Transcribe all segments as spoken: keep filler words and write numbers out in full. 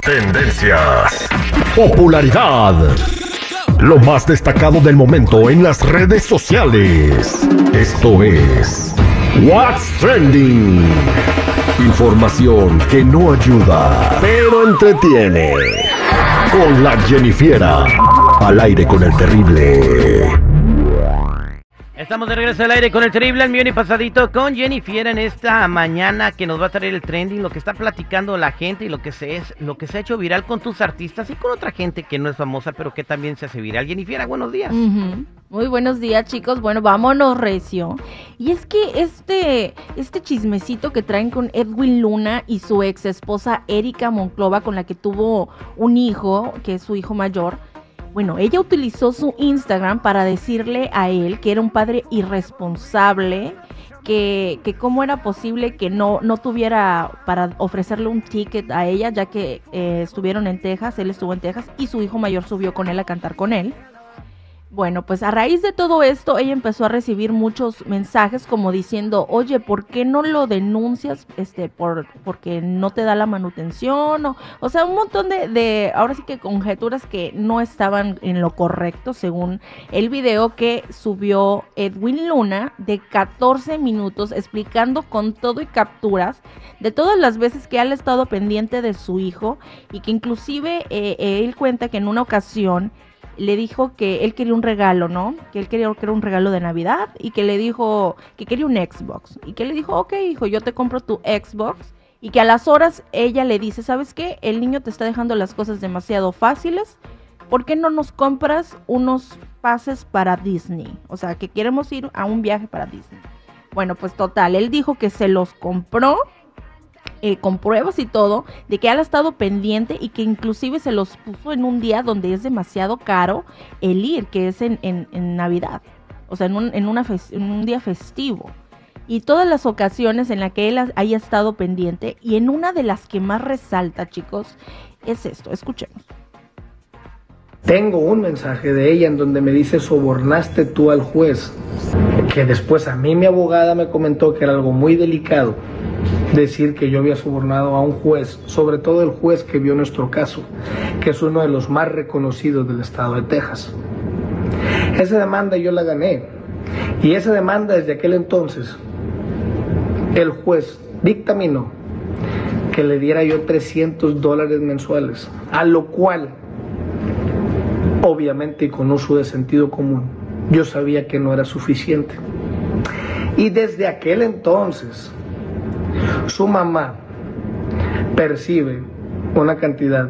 Tendencias, popularidad, lo más destacado del momento en las redes sociales. Esto es What's Trending. Información que no ayuda, pero entretiene. Con la Jennifiera, al aire con el terrible. Estamos de regreso al aire con el terrible, al millón y pasadito, con Jennifiera en esta mañana que nos va a traer el trending, lo que está platicando la gente y lo que se es, lo que se ha hecho viral con tus artistas y con otra gente que no es famosa, pero que también se hace viral. Jennifiera, buenos días. Uh-huh. Muy buenos días, chicos. Bueno, vámonos recio. Y es que este, este chismecito que traen con Edwin Luna y su ex esposa Erika Monclova, con la que tuvo un hijo, que es su hijo mayor. Bueno, ella utilizó su Instagram para decirle a él que era un padre irresponsable, que, que cómo era posible que no, no tuviera para ofrecerle un ticket a ella, ya que eh, estuvieron en Texas, él estuvo en Texas y su hijo mayor subió con él a cantar con él. Bueno, pues a raíz de todo esto, ella empezó a recibir muchos mensajes como diciendo, oye, ¿por qué no lo denuncias? Este, por, porque no te da la manutención, o, o sea, un montón de, de, ahora sí que conjeturas que no estaban en lo correcto, según el video que subió Edwin Luna, de catorce minutos, explicando con todo y capturas de todas las veces que él ha estado pendiente de su hijo, y que inclusive eh, él cuenta que en una ocasión le dijo que él quería un regalo, ¿no? Que él quería que era un regalo de Navidad y que le dijo que quería un Xbox. Y que le dijo, ok, hijo, yo te compro tu Xbox. Y que a las horas ella le dice, ¿sabes qué? El niño te está dejando las cosas demasiado fáciles. ¿Por qué no nos compras unos pases para Disney? O sea, que queremos ir a un viaje para Disney. Bueno, pues total, él dijo que se los compró. Eh, con pruebas y todo, de que él ha estado pendiente y que inclusive se los puso en un día donde es demasiado caro el ir, que es en, en, en Navidad, o sea, en un, en, una fes- en un día festivo. Y todas las ocasiones en las que él ha- haya estado pendiente, y en una de las que más resalta, chicos, es esto, escuchemos. Tengo un mensaje de ella en donde me dice, sobornaste tú al juez, que después a mí mi abogada me comentó que era algo muy delicado decir que yo había sobornado a un juez, sobre todo el juez que vio nuestro caso, que es uno de los más reconocidos del estado de Texas. Esa demanda yo la gané, y esa demanda desde aquel entonces el juez dictaminó que le diera yo trescientos dólares mensuales, a lo cual obviamente y con uso de sentido común yo sabía que no era suficiente. Y desde aquel entonces su mamá percibe una cantidad,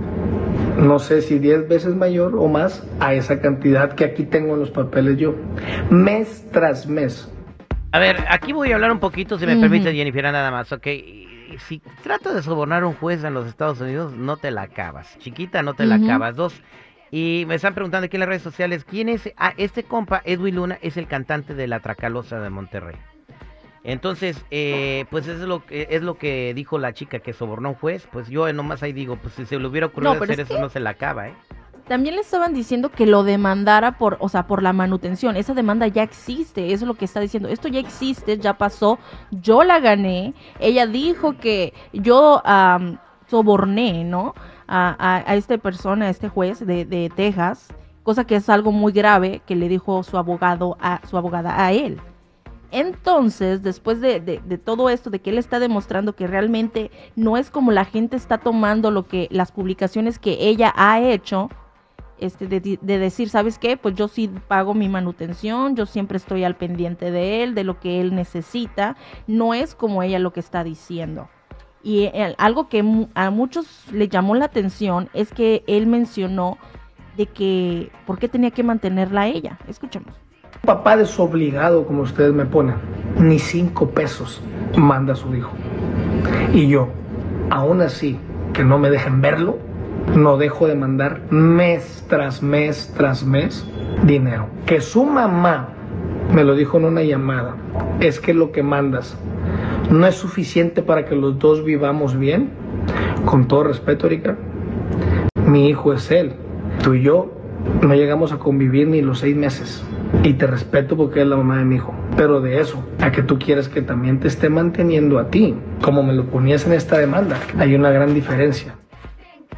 no sé si diez veces mayor o más a esa cantidad que aquí tengo en los papeles yo, mes tras mes. A ver, aquí voy a hablar un poquito, si me uh-huh. permite, Jennifiera, nada más, ¿ok? Si trata de sobornar a un juez en los Estados Unidos, no te la acabas. Chiquita, no te uh-huh. la acabas. Dos, y me están preguntando aquí en las redes sociales, ¿quién es? Ah, este compa, Edwin Luna, es el cantante de La Tracalosa de Monterrey. Entonces, eh, pues es lo que es lo que dijo la chica que sobornó a un juez. Pues yo nomás ahí digo, pues si se le hubiera ocurrido no, hacer eso, que no se la acaba, ¿eh? También le estaban diciendo que lo demandara por, o sea, por la manutención. Esa demanda ya existe, eso es lo que está diciendo. Esto ya existe, ya pasó, yo la gané. Ella dijo que yo um, soborné, ¿no? A, a, a esta persona, a este juez de, de Texas, cosa que es algo muy grave que le dijo su abogado a su abogada a él. Entonces, después de, de, de todo esto, de que él está demostrando que realmente no es como la gente está tomando lo que las publicaciones que ella ha hecho, este, de, de decir, ¿sabes qué? Pues yo sí pago mi manutención, yo siempre estoy al pendiente de él, de lo que él necesita, no es como ella lo que está diciendo. Y el, algo que mu- a muchos le llamó la atención es que él mencionó de que, ¿por qué tenía que mantenerla a ella? Escuchemos. Un papá desobligado, como ustedes me ponen, ni cinco pesos manda a su hijo. Y yo, aún así, que no me dejen verlo, no dejo de mandar mes tras mes tras mes dinero. Que su mamá me lo dijo en una llamada, es que lo que mandas no es suficiente para que los dos vivamos bien. Con todo respeto, Erika, mi hijo es él. Tú y yo no llegamos a convivir ni los seis meses. Y te respeto porque es la mamá de mi hijo. Pero de eso, a que tú quieres que también te esté manteniendo a ti, como me lo ponías en esta demanda, hay una gran diferencia.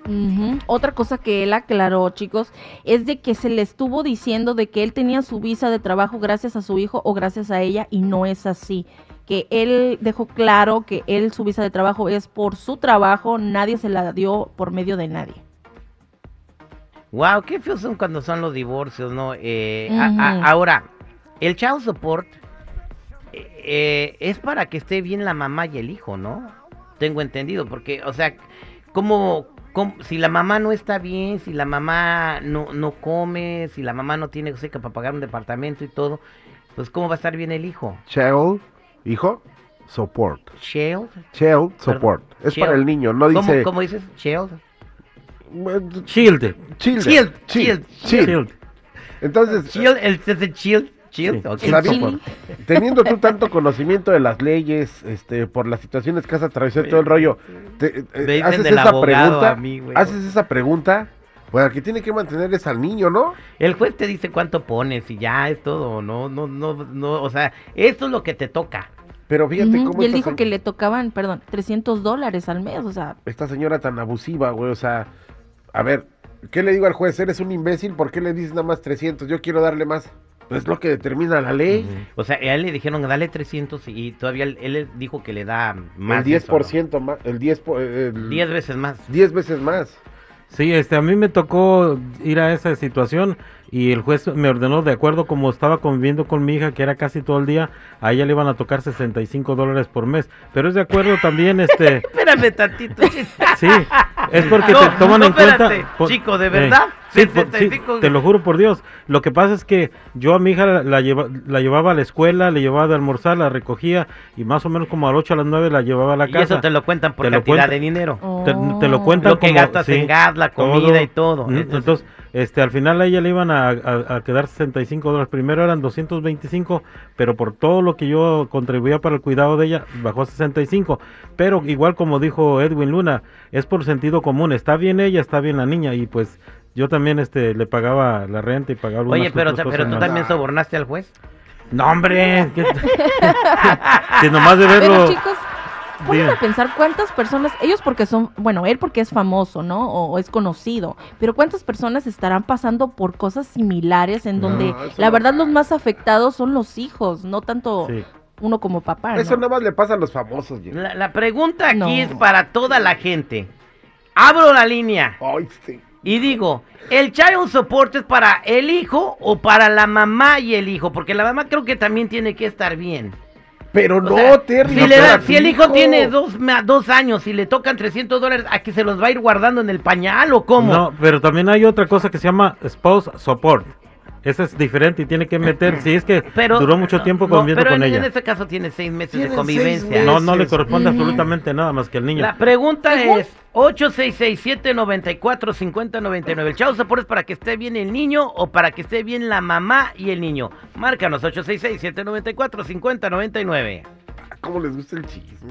Uh-huh. Otra cosa que él aclaró, chicos, es de que se le estuvo diciendo de que él tenía su visa de trabajo gracias a su hijo o gracias a ella, y no es así. Que él dejó claro que él su visa de trabajo es por su trabajo, nadie se la dio por medio de nadie. Wow, qué feos son cuando son los divorcios, ¿no? Eh, Uh-huh. a, a, ahora, el child support eh, eh, es para que esté bien la mamá y el hijo, ¿no? Tengo entendido, porque, o sea, ¿cómo, cómo si la mamá no está bien, si la mamá no, no come, si la mamá no tiene, o sea, que para pagar un departamento y todo, pues ¿cómo va a estar bien el hijo? Child, hijo, support. Child, Child support. Es Child. para el niño, no ¿Cómo, dice... ¿cómo dices? Child. Shield. Child. Child, Child. child, Shield. Entonces, Child, el, el child, child, Sí. ok. está El bien, chili. por- teniendo tú tanto conocimiento de las leyes, este, por las situaciones que has atravesado y todo el rollo, te, eh, Me dicen haces del esa abogado pregunta, a mí, güey. haces esa pregunta, pues el que tiene que mantener es al niño, ¿no? El juez te dice cuánto pones y ya es todo, no, no, no, no, o sea, esto es lo que te toca. Pero fíjate Uh-huh. cómo Y él esta, dijo se- que le tocaban, perdón, trescientos dólares al mes, o sea, esta señora tan abusiva, güey, o sea, a ver, ¿qué le digo al juez? ¿Eres un imbécil? ¿Por qué le dices nada más trescientos? Yo quiero darle más. Es lo que determina la ley. O sea, a él le dijeron dale trescientos y todavía él, él dijo que le da más. El de diez eso, por ¿no? ciento más, el diez por, el diez veces más. diez veces más. Sí, este, a mí me tocó ir a esa situación y el juez me ordenó, de acuerdo como estaba conviviendo con mi hija, que era casi todo el día, a ella le iban a tocar sesenta y cinco dólares por mes, pero es de acuerdo también, este, Espérame tantito. sí, es porque No, te toman no, en cuenta... espérate, por- chico, ¿de verdad? sí, por- sí, sesenta y cinco. te lo juro por Dios, lo que pasa es que yo a mi hija la, la lleva- la llevaba a la escuela, le llevaba de almorzar, la recogía y más o menos como a las ocho a las nueve la llevaba a la Y casa. eso te lo cuentan por Te lo cantidad cuentan. de dinero. Te, te lo oh. cuentan Lo que como, gastas sí, en gas, la comida y todo. Mm, Entonces- Entonces, este, al final a ella le iban a, a- a quedar sesenta y cinco dólares. Primero eran doscientos veinticinco, pero por todo lo que yo contribuía para el cuidado de ella, bajó a sesenta y cinco. Pero igual como dijo Edwin Luna, es por sentido común. Está bien ella, está bien la niña, y pues yo también este, le pagaba la renta y pagaba algunas Oye, pero, otras pero cosas tú más. también sobornaste al juez. No, hombre, que, que nomás de Pero verlo... chicos, ponen Dime. a pensar cuántas personas, ellos porque son, bueno, él porque es famoso, ¿no? O, o es conocido, pero cuántas personas estarán pasando por cosas similares en donde eso la no- verdad los más afectados son los hijos, no tanto Sí. uno como papá, ¿no? Eso nada más le pasa a los famosos, Jenny. La, la pregunta aquí No. es para toda la gente. Abro la línea Ay, sí. y digo, ¿el child support es para el hijo o para la mamá y el hijo? Porque la mamá creo que también tiene que estar bien. Pero O no, sea, Terry. si, no le da- para si tu el hijo tiene dos, ma- dos años y le tocan trescientos dólares, ¿a que se los va a ir guardando en el pañal o cómo? No, pero también hay otra cosa que se llama spouse support. Esa es diferente y tiene que meter, si es que Pero, duró mucho tiempo no, conviviendo pero con en, ella. en este caso tiene seis meses Tienen de seis convivencia. meses. No, no le Meses. corresponde Ujú. absolutamente nada más que al niño. La pregunta Según- es ocho seis seis, siete nueve cuatro, cinco cero nueve nueve. ¿El child support es para que esté bien el niño o para que esté bien la mamá y el niño? Márcanos ocho seis seis, siete nueve cuatro, cinco cero nueve nueve. ¿Cómo les gusta el chisme?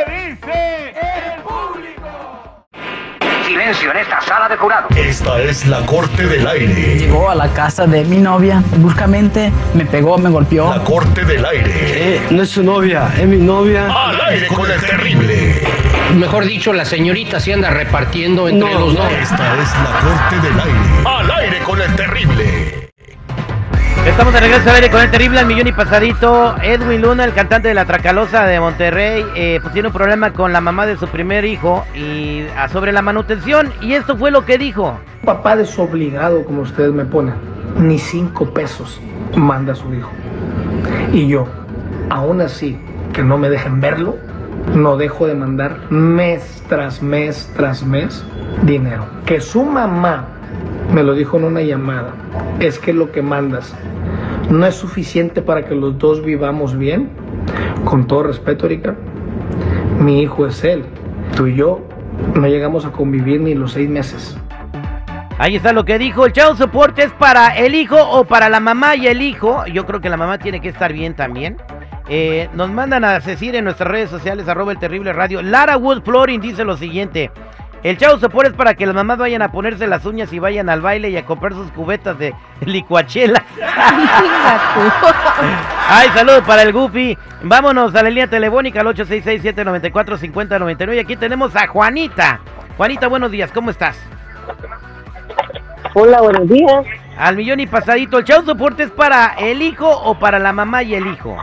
Silencio en esta sala de jurado. Esta es la corte del aire. Llegó a la casa de mi novia bruscamente, me pegó, me golpeó. La corte del aire. Eh, no es su novia, es mi novia. Al aire con el terrible. Mejor dicho, la señorita se anda repartiendo entre No, los no. dos. Esta es la corte del aire. Al aire con el terrible. Estamos de regreso al aire con el terrible al millón y pasadito. Edwin Luna, el cantante de La Tracalosa de Monterrey, eh, pues tiene un problema con la mamá de su primer hijo y ah, sobre la manutención. Y esto fue lo que dijo. Papá desobligado, como ustedes me ponen, ni cinco pesos manda a su hijo. Y yo, aún así, que no me dejen verlo, no dejo de mandar mes tras mes tras mes dinero. Que su mamá me lo dijo en una llamada, es que lo que mandas no es suficiente para que los dos vivamos bien. Con todo respeto, Erika, mi hijo es él. Tú y yo no llegamos a convivir ni los seis meses. Ahí está lo que dijo. El child support es para el hijo o para la mamá y el hijo. Yo creo que la mamá tiene que estar bien también. Eh, nos mandan a decir en nuestras redes sociales, arroba el terrible radio. Lara Wood Flooring dice lo siguiente. El child support es para que las mamás vayan a ponerse las uñas y vayan al baile y a comprar sus cubetas de licuachela. Ay, saludos para el Goofy. Vámonos a la línea telefónica al ocho seis seis, siete nueve cuatro, cinco cero nueve nueve. Y aquí tenemos a Juanita. Juanita, buenos días, ¿cómo estás? Hola, buenos días. Al millón y pasadito, ¿el child support es para el hijo o para la mamá y el hijo?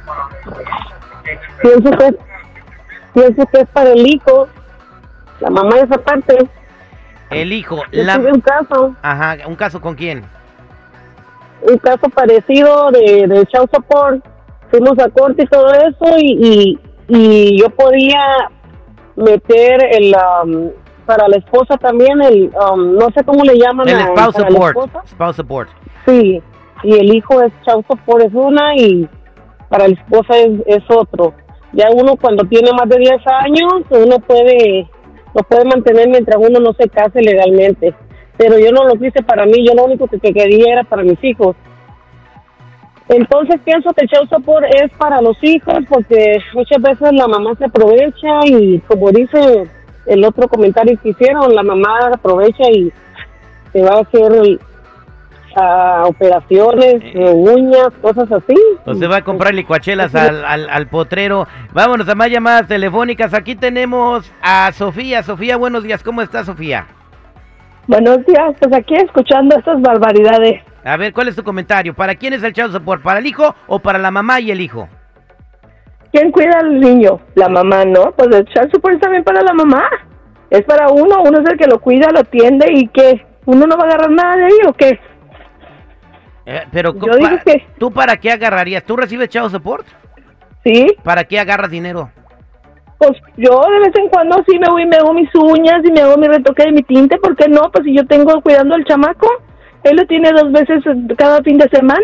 Pienso que, pienso que es para el hijo. La mamá es aparte. El hijo. Yo La... tuve un caso. Ajá, ¿un caso con quién? Un caso parecido de, de child support. Fuimos a corte y todo eso y, y, y yo podía meter el... Um, para la esposa también, el um, no sé cómo le llaman. El a, spouse para la support. esposa. Spouse support. Sí, y el hijo es child support es una y para la esposa es, es otro. Ya uno cuando tiene más de diez años, uno puede, lo puede mantener mientras uno no se case legalmente. Pero yo no lo quise para mí, yo lo único que, que quería era para mis hijos. Entonces pienso que el child support es para los hijos porque muchas veces la mamá se aprovecha y como dice el otro comentario que hicieron, la mamá aprovecha y se va a hacer uh, operaciones, eh, uñas, cosas así. O se va a comprar licuachelas al, al, al potrero. Vámonos a más llamadas telefónicas. Aquí tenemos a Sofía. Sofía, buenos días. ¿Cómo está, Sofía? Buenos días, pues aquí escuchando estas barbaridades. A ver, ¿cuál es tu comentario? ¿Para quién es el child support? ¿Para el hijo o para la mamá y el hijo? ¿Quién cuida al niño? La mamá, ¿no? Pues el child support es también para la mamá. Es para uno, uno es el que lo cuida, lo atiende y ¿qué? ¿Uno no va a agarrar nada de ahí o qué? Eh, pero Yo digo pa que... ¿tú para qué agarrarías? ¿Tú recibes child support? Sí. ¿Para qué agarras dinero? Pues yo de vez en cuando sí me voy y me hago mis uñas y me hago mi retoque de mi tinte, ¿por qué no? Pues si yo tengo cuidando al chamaco, él lo tiene dos veces cada fin de semana.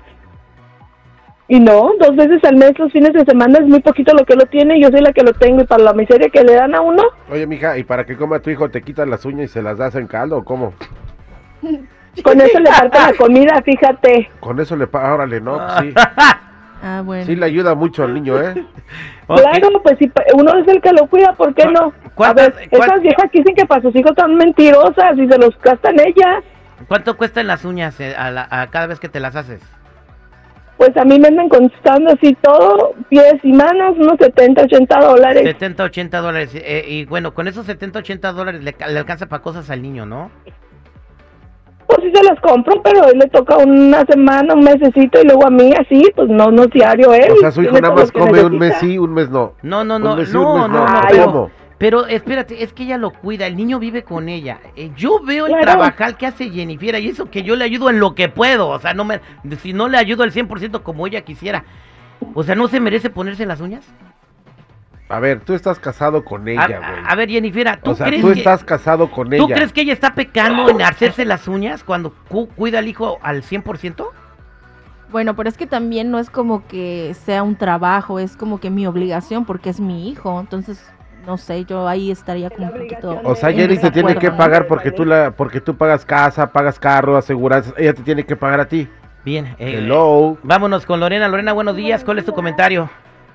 Y no, dos veces al mes los fines de semana es muy poquito lo que lo tiene, yo soy la que lo tengo y para la miseria que le dan a uno. Oye, mija, ¿y para que coma tu hijo te quitas las uñas y se las das en caldo o cómo? Con eso le falta la comida, fíjate. Con eso le paga, órale, no, pues sí. Ah, bueno. Sí le ayuda mucho al niño, ¿eh? Claro, pues si uno es el que lo cuida, ¿por qué no? A ver, esas viejas que dicen que para sus hijos son mentirosas y se los gastan ellas. ¿Cuánto cuestan las uñas eh, a la, a cada vez que te las haces? Pues a mí me andan costando así todo, pies y manos, unos setenta, ochenta dólares. setenta, ochenta dólares. Eh, y bueno, con esos setenta, ochenta dólares le, le alcanza para cosas al niño, ¿no? Pues sí se las compro, pero él le toca una semana, un mesecito y luego a mí así, pues no, no es diario él. O sea, su hijo nada más come un mes sí, un mes no. No, no, no, un mes sí, no, un mes no, no, Ay, pero, pero espérate, es que ella lo cuida, el niño vive con ella. Eh, yo veo el Claro. trabajar que hace Jennifer y eso que yo le ayudo en lo que puedo, o sea, no me, si no le ayudo al cien por ciento como ella quisiera, o sea, ¿no se merece ponerse las uñas? A ver, tú estás casado con A, ella, güey. a, a ver, Jennifer, ¿tú O sea, crees tú que... estás casado con ¿Tú ella. crees que ella está pecando en hacerse las uñas cuando cu cuida al hijo al cien por ciento? Bueno, pero es que también no es como que sea un trabajo, es como que mi obligación porque es mi hijo, entonces no sé, yo ahí estaría como un poquito. O sea, en Jenny te tiene que desacuerdo, ¿no? pagar porque tú la, porque tú pagas casa, pagas carro, aseguranzas, ella te tiene que pagar a ti. Bien, eh, Hello. vámonos con Lorena. Lorena, buenos días, ¿cuál es tu comentario?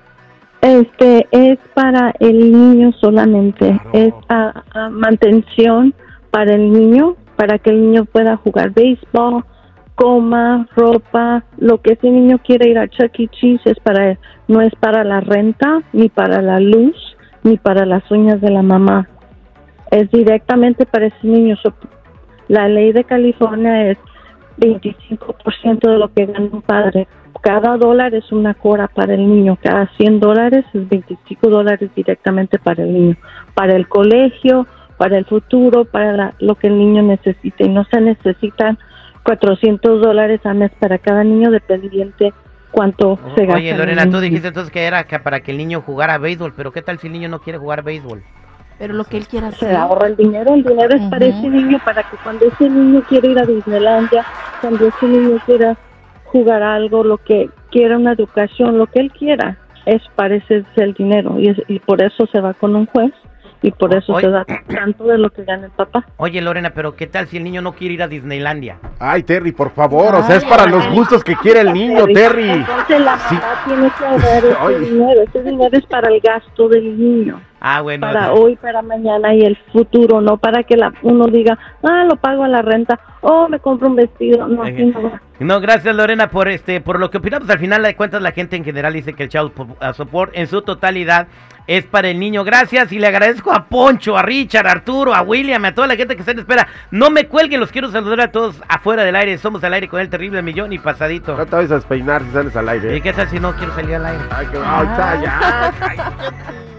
Este es para el niño solamente, Claro. es a, a mantención para el niño, para que el niño pueda jugar béisbol, coma, ropa, lo que ese niño quiere ir a Chuck E. Cheese es para él, no es para la renta, ni para la luz, ni para las uñas de la mamá, es directamente para ese niño. So, la ley de California es veinticinco por ciento de lo que gana un padre. Cada dólar es una cora para el niño, cada cien dólares es veinticinco dólares directamente para el niño, para el colegio, para el futuro, para la, lo que el niño necesite. Y no se necesitan cuatrocientos dólares al mes para cada niño, dependiente cuánto se gasta. Oye, Lorena, tú dijiste entonces que era que para que el niño jugara béisbol, pero ¿qué tal si el niño no quiere jugar béisbol? Pero lo que él quiera hacer. Se ahorra el dinero, el dinero es Ujú. para ese niño, para que cuando ese niño quiera ir a Disneylandia, cuando ese niño quiera jugar algo, lo que quiera, una educación, lo que él quiera, es para ese es el dinero, y, es, y por eso se va con un juez, y por eso Oye. se da tanto de lo que gana el papá. Oye, Lorena, pero ¿qué tal si el niño no quiere ir a Disneylandia? Ay, Terry, por favor, o sea, es para los gustos que quiere el niño, Terry. Entonces la mamá Sí. tiene que ahorrar ese Oye. dinero, ese dinero es para el gasto del niño. Ah, bueno. Para hoy, para mañana y el futuro, no para que la, uno diga, ah, lo pago a la renta, oh, me compro un vestido. No, así no va. No, gracias Lorena por este, por lo que opinamos. Al final de cuentas la gente en general dice que el child support en su totalidad es para el niño. Gracias y le agradezco a Poncho, a Richard, a Arturo, a William, a toda la gente que está en espera. No me cuelguen, los quiero saludar a todos afuera del aire. Somos al aire con el terrible millón y pasadito. No te vayas a despeinar si sales al aire. ¿Y qué tal si no quiero salir al aire? Ay, que va, ya.